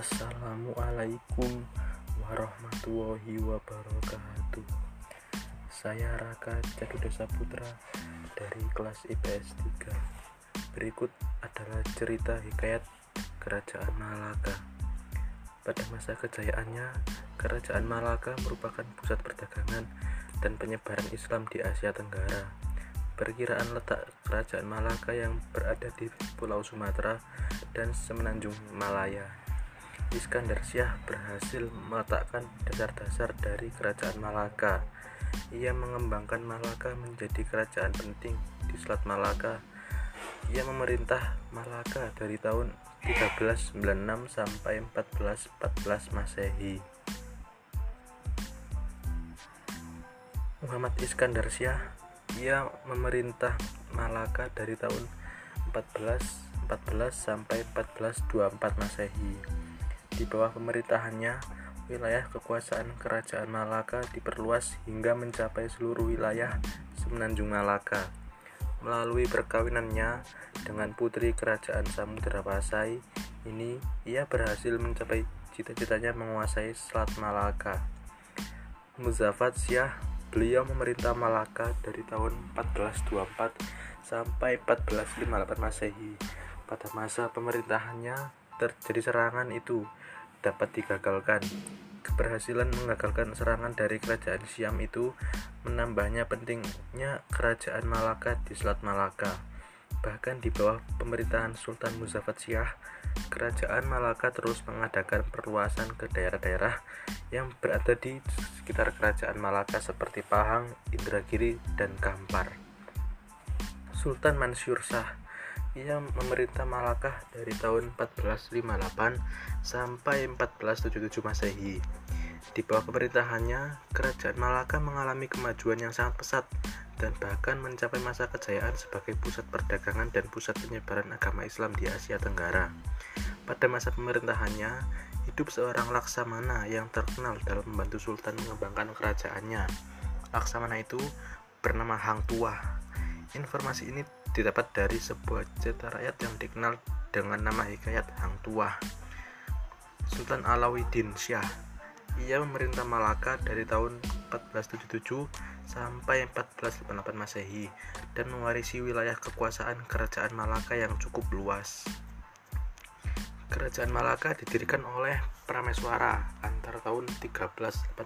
Assalamualaikum warahmatullahi wabarakatuh. Saya Raka Caduda Saputra dari kelas IPS 3. Berikut adalah cerita hikayat Kerajaan Malaka. Pada masa kejayaannya, Kerajaan Malaka merupakan pusat perdagangan dan penyebaran Islam di Asia Tenggara. Perkiraan letak Kerajaan Malaka yang berada di Pulau Sumatera dan Semenanjung Malaya. Iskandar Syah berhasil meletakkan dasar-dasar dari Kerajaan Malaka. Ia mengembangkan Malaka menjadi kerajaan penting di Selat Malaka. Ia memerintah Malaka dari tahun 1396 sampai 1414 Masehi. Muhammad Iskandar Syah, ia memerintah Malaka dari tahun 1414 sampai 1424 Masehi. Di bawah pemerintahannya, wilayah kekuasaan Kerajaan Malaka diperluas hingga mencapai seluruh wilayah Semenanjung Malaka. Melalui perkawinannya dengan putri Kerajaan Samudra Pasai ini, ia berhasil mencapai cita-citanya menguasai Selat Malaka. Muzaffar Syah, beliau memerintah Malaka dari tahun 1424 sampai 1458 Masehi. Pada masa pemerintahannya terjadi serangan itu dapat digagalkan. Keberhasilan menggagalkan serangan dari kerajaan Siam itu menambahnya pentingnya Kerajaan Malaka di Selat Malaka. Bahkan di bawah pemerintahan Sultan Muzaffar Syah, Kerajaan Malaka terus mengadakan perluasan ke daerah-daerah yang berada di sekitar Kerajaan Malaka seperti Pahang, Indragiri, dan Kampar. Sultan Mansur Shah, ia memerintah Malaka dari tahun 1458 sampai 1477 Masehi. Di bawah pemerintahannya, Kerajaan Malaka mengalami kemajuan yang sangat pesat dan bahkan mencapai masa kejayaan sebagai pusat perdagangan dan pusat penyebaran agama Islam di Asia Tenggara. Pada masa pemerintahannya, hidup seorang Laksamana yang terkenal dalam membantu Sultan mengembangkan kerajaannya. Laksamana itu bernama Hang Tuah. Informasi ini didapat dari sebuah cerita rakyat yang dikenal dengan nama Hikayat Hang Tuah. Sultan Alauddin Syah, ia memerintah Malaka dari tahun 1477 sampai 1488 Masehi dan mewarisi wilayah kekuasaan Kerajaan Malaka yang cukup luas. Kerajaan Malaka didirikan oleh Prameswara antara tahun 1380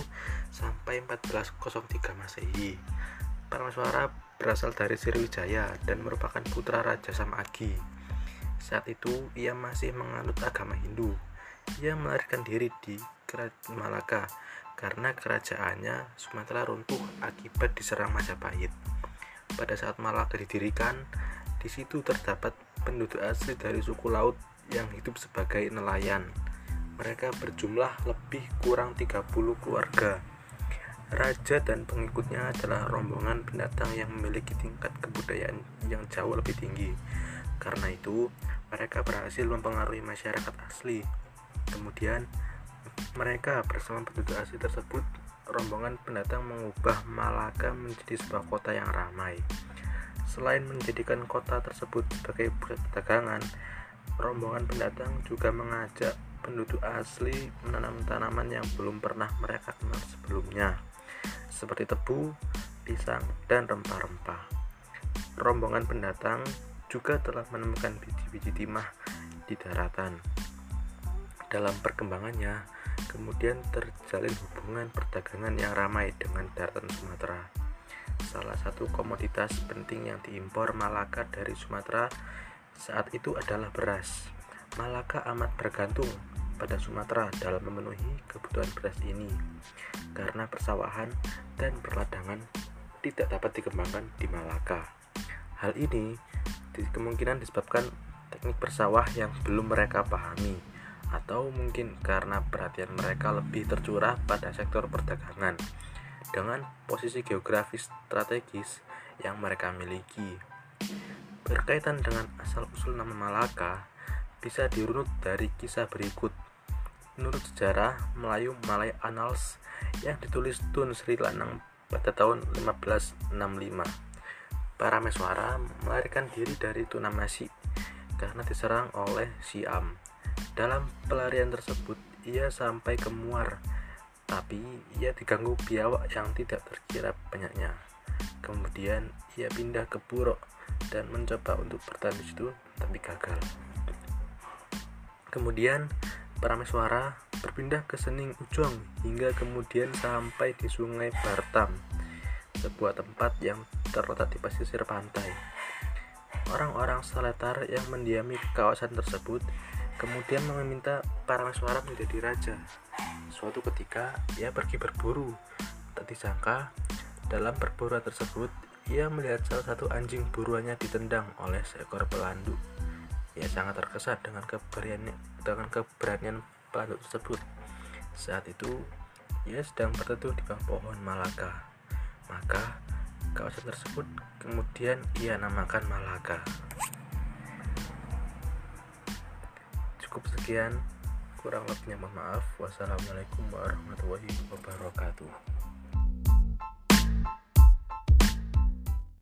sampai 1403 Masehi. Prameswara berasal dari Sriwijaya dan merupakan putra Raja Samagi. Saat itu ia masih menganut agama Hindu. Ia melarikan diri di Kerajaan Malaka karena kerajaannya Sumatera runtuh akibat diserang Majapahit. Pada saat Malaka didirikan, di situ terdapat penduduk asli dari suku laut yang hidup sebagai nelayan. Mereka berjumlah lebih kurang 30 keluarga. Raja dan pengikutnya adalah rombongan pendatang yang memiliki tingkat kebudayaan yang jauh lebih tinggi. Karena itu, mereka berhasil mempengaruhi masyarakat asli. Kemudian, mereka bersama penduduk asli tersebut, rombongan pendatang mengubah Malaka menjadi sebuah kota yang ramai. Selain menjadikan kota tersebut sebagai pusat perdagangan, rombongan pendatang juga mengajak penduduk asli menanam tanaman yang belum pernah mereka kenal sebelumnya, seperti tebu, pisang, dan rempah-rempah. Rombongan pendatang juga telah menemukan biji-biji timah di daratan. Dalam perkembangannya, kemudian terjalin hubungan perdagangan yang ramai dengan daratan Sumatera. Salah satu komoditas penting yang diimpor Malaka dari Sumatera saat itu adalah beras. Malaka amat bergantung pada Sumatera dalam memenuhi kebutuhan beras ini, karena persawahan dan perladangan tidak dapat dikembangkan di Malaka. Hal ini kemungkinan disebabkan teknik bersawah yang belum mereka pahami, atau mungkin karena perhatian mereka lebih tercurah pada sektor perdagangan dengan posisi geografis strategis yang mereka miliki. Berkaitan dengan asal-usul nama Malaka, bisa dirunut dari kisah berikut. Menurut sejarah Melayu Malay Annals yang ditulis Tun Sri Lanang pada tahun 1565, Prameswara melarikan diri dari Tunamasi karena diserang oleh Siam. Dalam pelarian tersebut, ia sampai ke Muar, tapi ia diganggu biawak yang tidak terkira banyaknya. Kemudian ia pindah ke Burok dan mencoba untuk bertahan di situ, tapi gagal. Kemudian Parameswara berpindah ke Sening Ujong hingga kemudian sampai di Sungai Bartam, sebuah tempat yang terletak di pesisir pantai. Orang-orang Saletar yang mendiami kawasan tersebut kemudian meminta Parameswara menjadi raja. Suatu ketika ia pergi berburu. Tak disangka dalam perburuan tersebut ia melihat salah satu anjing buruannya ditendang oleh seekor pelanduk. Ia sangat terkesan dengan keberanian pelanduk tersebut. Saat itu ia sedang berteduh di bawah pohon Malaka. Maka kawasan tersebut kemudian ia namakan Malaka. Cukup sekian, kurang lebihnya mohon maaf. Wassalamualaikum warahmatullahi wabarakatuh.